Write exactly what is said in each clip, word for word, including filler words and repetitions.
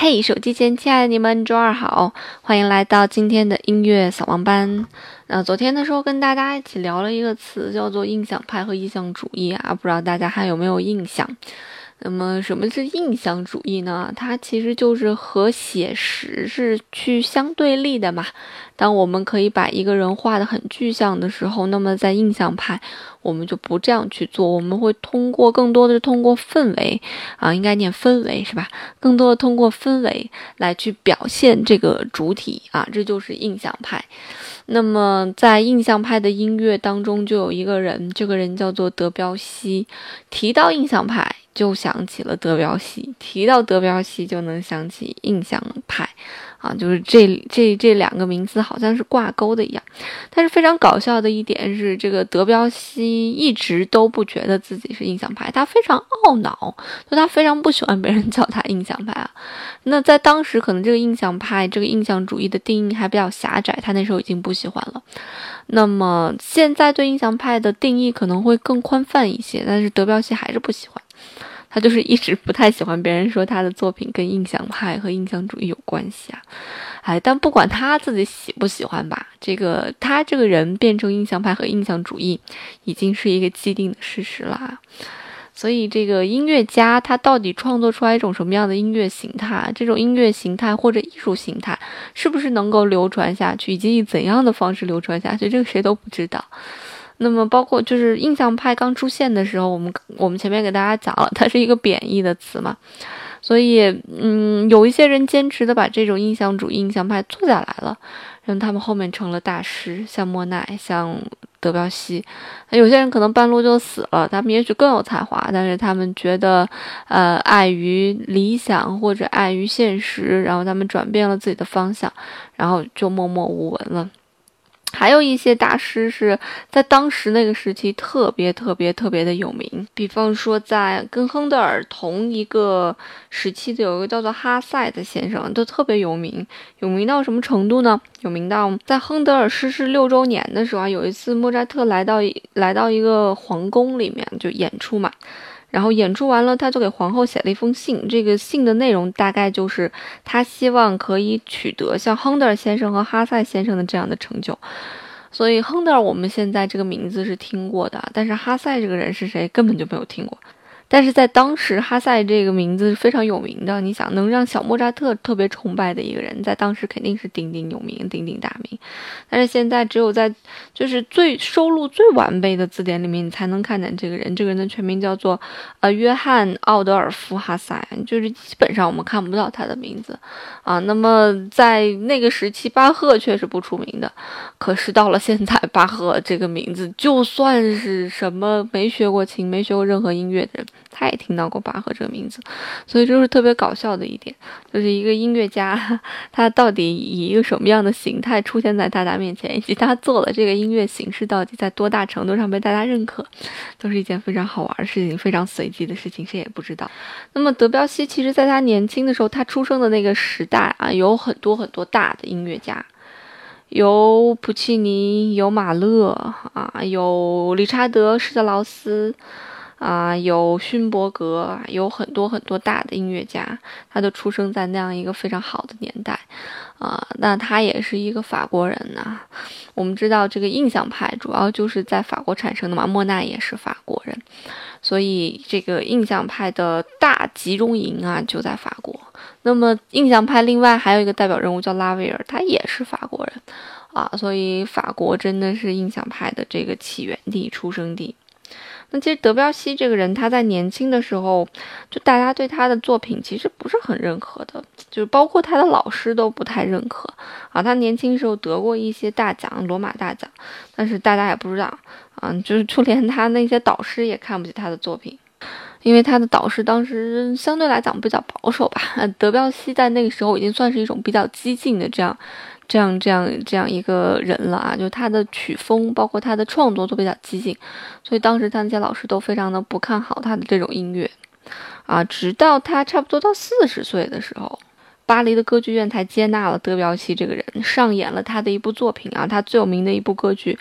嘿，手机前亲爱的你们，周二好，欢迎来到今天的音乐扫盲班。那昨天的时候跟大家一起聊了一个词，叫做印象派和意象主义啊，不知道大家还有没有印象？那么什么是印象主义呢？它其实就是和写实是去相对立的嘛。当我们可以把一个人画得很具象的时候，那么在印象派我们就不这样去做，我们会通过更多的通过氛围啊，应该念氛围是吧？更多的通过氛围来去表现这个主体啊，这就是印象派。那么在印象派的音乐当中就有一个人，这个人叫做德彪西。提到印象派就想起了德彪西，提到德彪西就能想起印象派啊，就是这这这两个名字好像是挂钩的一样。但是非常搞笑的一点是，这个德彪西一直都不觉得自己是印象派，他非常懊恼，就他非常不喜欢别人叫他印象派啊。那在当时可能这个印象派这个印象主义的定义还比较狭窄，他那时候已经不喜欢了。那么现在对印象派的定义可能会更宽泛一些，但是德彪西还是不喜欢，他就是一直不太喜欢别人说他的作品跟印象派和印象主义有关系啊。哎，但不管他自己喜不喜欢吧，这个他这个人变成印象派和印象主义已经是一个既定的事实了。所以这个音乐家他到底创作出来一种什么样的音乐形态，这种音乐形态或者艺术形态是不是能够流传下去，以及以怎样的方式流传下去，这个谁都不知道。那么包括就是印象派刚出现的时候，我们我们前面给大家讲了，它是一个贬义的词嘛，所以嗯，有一些人坚持的把这种印象主义印象派做下来了，让他们后面成了大师，像莫奈，像德彪西。有些人可能半路就死了，他们也许更有才华，但是他们觉得呃，碍于理想或者碍于现实，然后他们转变了自己的方向，然后就默默无闻了。还有一些大师是在当时那个时期特别特别特别的有名，比方说在跟亨德尔同一个时期的有一个叫做哈塞的先生，都特别有名。有名到什么程度呢？有名到在亨德尔逝世六周年的时候啊，有一次莫扎特来到来到一个皇宫里面就演出嘛。然后演出完了，他就给皇后写了一封信，这个信的内容大概就是他希望可以取得像亨德尔先生和哈塞先生的这样的成就。所以亨德尔我们现在这个名字是听过的，但是哈塞这个人是谁根本就没有听过。但是在当时，哈塞这个名字是非常有名的。你想，能让小莫扎特特别崇拜的一个人，在当时肯定是鼎鼎有名、鼎鼎大名。但是现在，只有在就是最收录最完备的字典里面，你才能看见这个人。这个人的全名叫做呃约翰·奥德尔夫·哈塞，就是基本上我们看不到他的名字啊。那么在那个时期，巴赫却是不出名的。可是到了现在，巴赫这个名字，就算是什么没学过琴、没学过任何音乐的人，他也听到过巴赫这个名字。所以这是特别搞笑的一点，就是一个音乐家他到底以一个什么样的形态出现在大家面前，以及他做了这个音乐形式到底在多大程度上被大家认可，都是一件非常好玩的事情，非常随机的事情，谁也不知道。那么德彪西其实在他年轻的时候，他出生的那个时代啊，有很多很多大的音乐家，有普契尼，有马勒啊，有理查德·施特劳斯啊，有勋伯格，有很多很多大的音乐家，他都出生在那样一个非常好的年代啊。那他也是一个法国人呐、啊。我们知道这个印象派主要就是在法国产生的嘛，莫奈也是法国人，所以这个印象派的大集中营啊就在法国。那么印象派另外还有一个代表人物叫拉威尔，他也是法国人啊，所以法国真的是印象派的这个起源地、出生地。那其实德彪西这个人，他在年轻的时候，就大家对他的作品其实不是很认可的，就是包括他的老师都不太认可啊。他年轻时候得过一些大奖，罗马大奖，但是大家也不知道啊，就是就连他那些导师也看不起他的作品。因为他的导师当时相对来讲比较保守吧，德彪西在那个时候已经算是一种比较激进的这样这样这样这样一个人了啊，就他的曲风包括他的创作都比较激进，所以当时他那些老师都非常的不看好他的这种音乐啊，直到他差不多到四十岁的时候，巴黎的歌剧院才接纳了德彪西这个人，上演了他的一部作品啊，他最有名的一部歌剧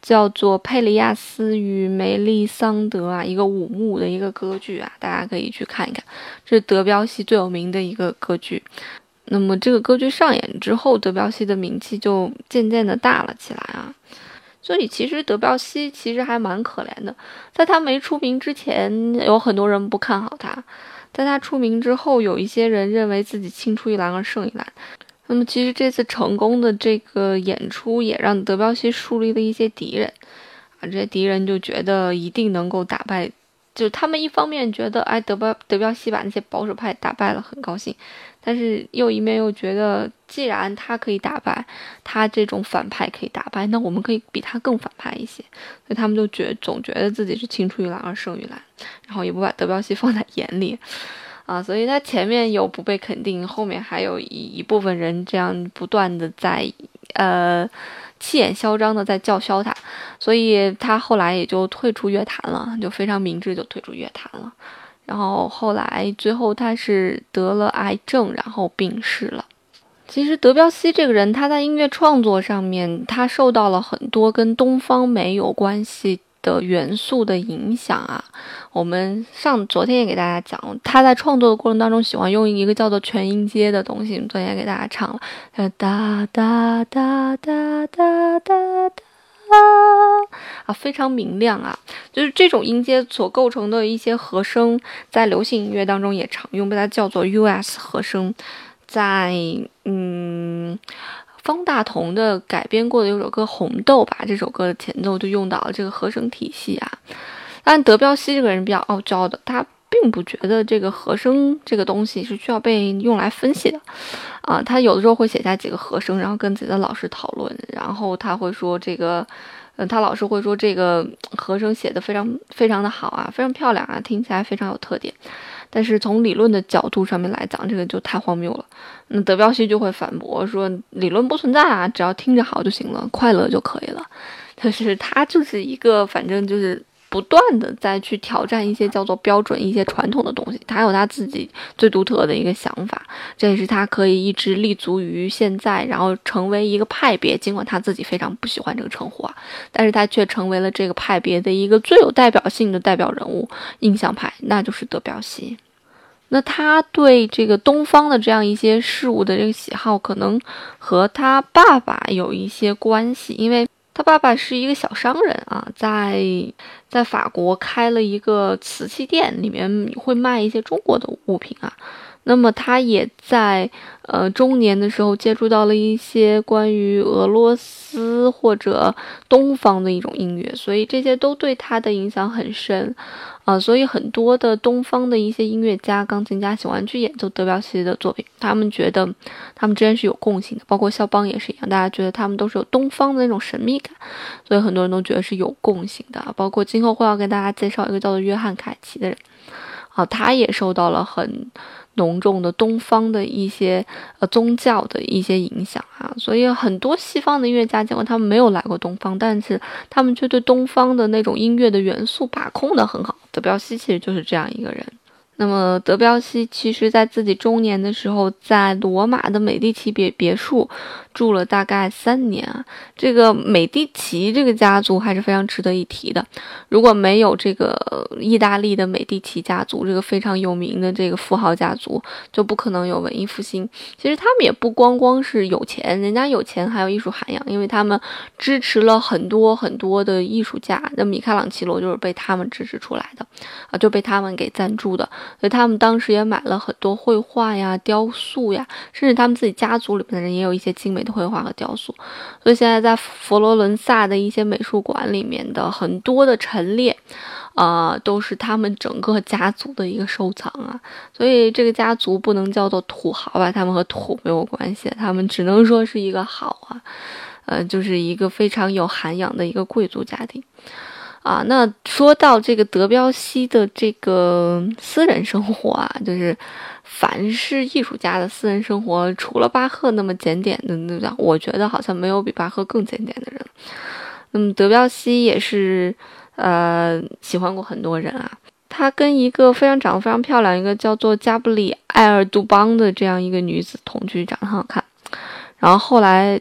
叫做《佩里亚斯与梅丽桑德》啊，一个五幕的一个歌剧啊，大家可以去看一看，这是德彪西最有名的一个歌剧。那么这个歌剧上演之后，德彪西的名气就渐渐的大了起来啊。所以其实德彪西其实还蛮可怜的，在他没出名之前，有很多人不看好他，在他出名之后，有一些人认为自己青出于蓝而胜于蓝。那么其实这次成功的这个演出也让德彪西树立了一些敌人啊，这些敌人就觉得一定能够打败，就他们一方面觉得哎德彪德彪西把那些保守派打败了很高兴，但是又一面又觉得既然他可以打败，他这种反派可以打败，那我们可以比他更反派一些，所以他们就觉总觉得自己是青出于蓝而胜于蓝，然后也不把德彪西放在眼里啊，所以他前面有不被肯定，后面还有一一部分人这样不断的在呃气焰嚣张的在叫嚣他，所以他后来也就退出乐坛了，就非常明智就退出乐坛了。然后后来最后他是得了癌症，然后病逝了。其实德彪西这个人，他在音乐创作上面，他受到了很多跟东方美有关系的元素的影响啊。我们上昨天也给大家讲，他在创作的过程当中喜欢用一个叫做全音阶的东西，昨天也给大家唱了，哒哒哒哒哒哒哒啊，非常明亮啊，就是这种音阶所构成的一些和声，在流行音乐当中也常用，被它叫做 U S 和声。在嗯，方大同的改编过的有首歌《红豆》吧，这首歌的前奏就用到了这个和声体系啊。但德彪西这个人比较傲娇的，他并不觉得这个和声这个东西是需要被用来分析的啊。他有的时候会写下几个和声，然后跟自己的老师讨论，然后他会说这个。嗯，他老师会说这个和声写得非常非常的好啊，非常漂亮啊，听起来非常有特点。但是从理论的角度上面来讲，这个就太荒谬了。那德彪西就会反驳说，理论不存在啊，只要听着好就行了，快乐就可以了。就是他就是一个，反正就是不断的在去挑战一些叫做标准、一些传统的东西。他有他自己最独特的一个想法，这也是他可以一直立足于现在，然后成为一个派别。尽管他自己非常不喜欢这个称呼啊，但是他却成为了这个派别的一个最有代表性的代表人物，印象派，那就是德彪西。那他对这个东方的这样一些事物的这个喜好，可能和他爸爸有一些关系，因为他爸爸是一个小商人啊，在在法国开了一个瓷器店，里面会卖一些中国的物品啊。那么他也在呃中年的时候接触到了一些关于俄罗斯或者东方的一种音乐，所以这些都对他的影响很深啊、呃。所以很多的东方的一些音乐家、钢琴家喜欢去演奏德彪西的作品，他们觉得他们之间是有共性的，包括肖邦也是一样，大家觉得他们都是有东方的那种神秘感，所以很多人都觉得是有共性的。包括今后会要跟大家介绍一个叫做约翰凯奇的人啊，他也受到了很浓重的东方的一些呃宗教的一些影响啊，所以很多西方的音乐家，尽管他们没有来过东方，但是他们却对东方的那种音乐的元素把控得很好。德彪西其实就是这样一个人。那么德彪西其实在自己中年的时候，在罗马的美第奇别别墅住了大概三年啊。这个美第奇这个家族还是非常值得一提的，如果没有这个意大利的美第奇家族，这个非常有名的这个富豪家族，就不可能有文艺复兴。其实他们也不光光是有钱，人家有钱还有艺术涵养，因为他们支持了很多很多的艺术家，那米开朗基罗就是被他们支持出来的啊，就被他们给赞助的。所以他们当时也买了很多绘画呀、雕塑呀，甚至他们自己家族里面的人也有一些精美的绘画和雕塑。所以现在在佛罗伦萨的一些美术馆里面的很多的陈列，啊、呃，都是他们整个家族的一个收藏啊。所以这个家族不能叫做土豪吧，他们和土没有关系，他们只能说是一个好啊，呃，就是一个非常有涵养的一个贵族家庭。啊，那说到这个德彪西的这个私人生活啊，就是凡是艺术家的私人生活，除了巴赫那么检点的，对不对？我觉得好像没有比巴赫更检点的人。那么德彪西也是呃喜欢过很多人啊，他跟一个非常长得非常漂亮，一个叫做加布里埃尔杜邦的这样一个女子同居，长得很好看。然后后来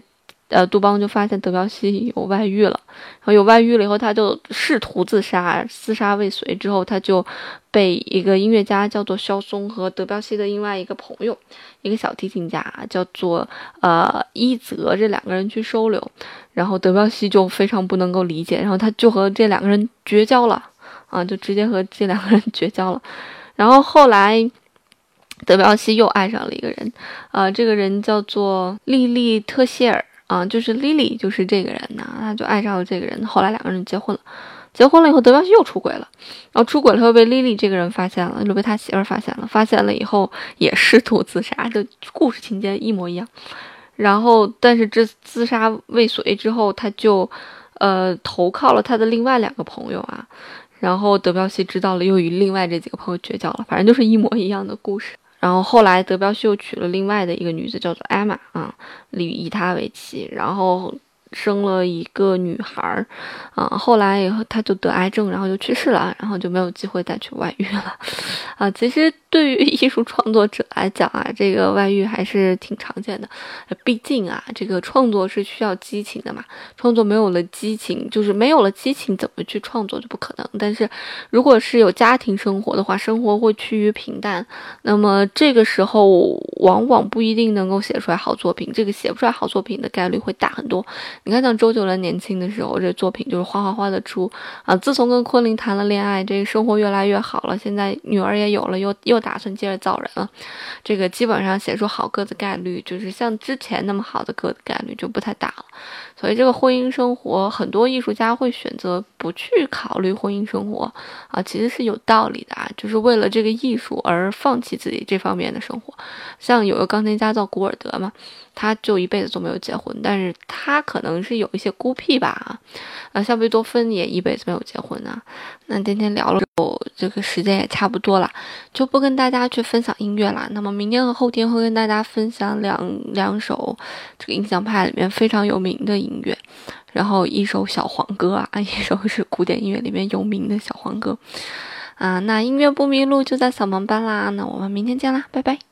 呃，杜邦就发现德彪西有外遇了，然后有外遇了以后，他就试图自杀，自杀未遂之后，他就被一个音乐家叫做肖松和德彪西的另外一个朋友，一个小提琴家叫做呃伊泽，这两个人去收留，然后德彪西就非常不能够理解，然后他就和这两个人绝交了啊，就直接和这两个人绝交了，然后后来。德彪西又爱上了一个人，呃，这个人叫做莉莉特谢尔啊、呃，就是莉莉，就是这个人呢，他就爱上了这个人。后来两个人结婚了，结婚了以后，德彪西又出轨了，然后出轨了又被莉莉这个人发现了，又被他媳妇儿发现了，发现了以后也试图自杀，就故事情节一模一样。然后，但是这自杀未遂之后，他就呃投靠了他的另外两个朋友啊。然后德彪西知道了，又与另外这几个朋友绝交了，反正就是一模一样的故事。然后后来德彪西又娶了另外的一个女子，叫做艾玛啊，以以她为妻，然后生了一个女孩啊。后来以后他就得癌症，然后就去世了，然后就没有机会再去外遇了啊。其实对于艺术创作者来讲啊，这个外遇还是挺常见的，毕竟啊，这个创作是需要激情的嘛，创作没有了激情，就是没有了激情，怎么去创作就不可能。但是如果是有家庭生活的话，生活会趋于平淡，那么这个时候往往不一定能够写出来好作品，这个写不出来好作品的概率会大很多。你看像周杰伦年轻的时候，这作品就是哗哗哗的出啊，自从跟昆凌谈了恋爱，这个生活越来越好了，现在女儿也有了，又又打算接着造人了，这个基本上写出好歌的概率就是像之前那么好的歌的概率就不太大了。所以这个婚姻生活，很多艺术家会选择不去考虑婚姻生活啊，其实是有道理的啊，就是为了这个艺术而放弃自己这方面的生活。像有个钢琴家叫古尔德嘛，他就一辈子都没有结婚，但是他可能是有一些孤僻吧，啊，像贝多芬也一辈子没有结婚啊。那今天聊了之后，这个时间也差不多了，就不跟大家去分享音乐啦。那么明天和后天会跟大家分享两两首这个印象派里面非常有名的音乐，然后一首小黄歌啊，一首是古典音乐里面有名的小黄歌啊。那音乐不迷路就在扫盲班啦，那我们明天见啦，拜拜。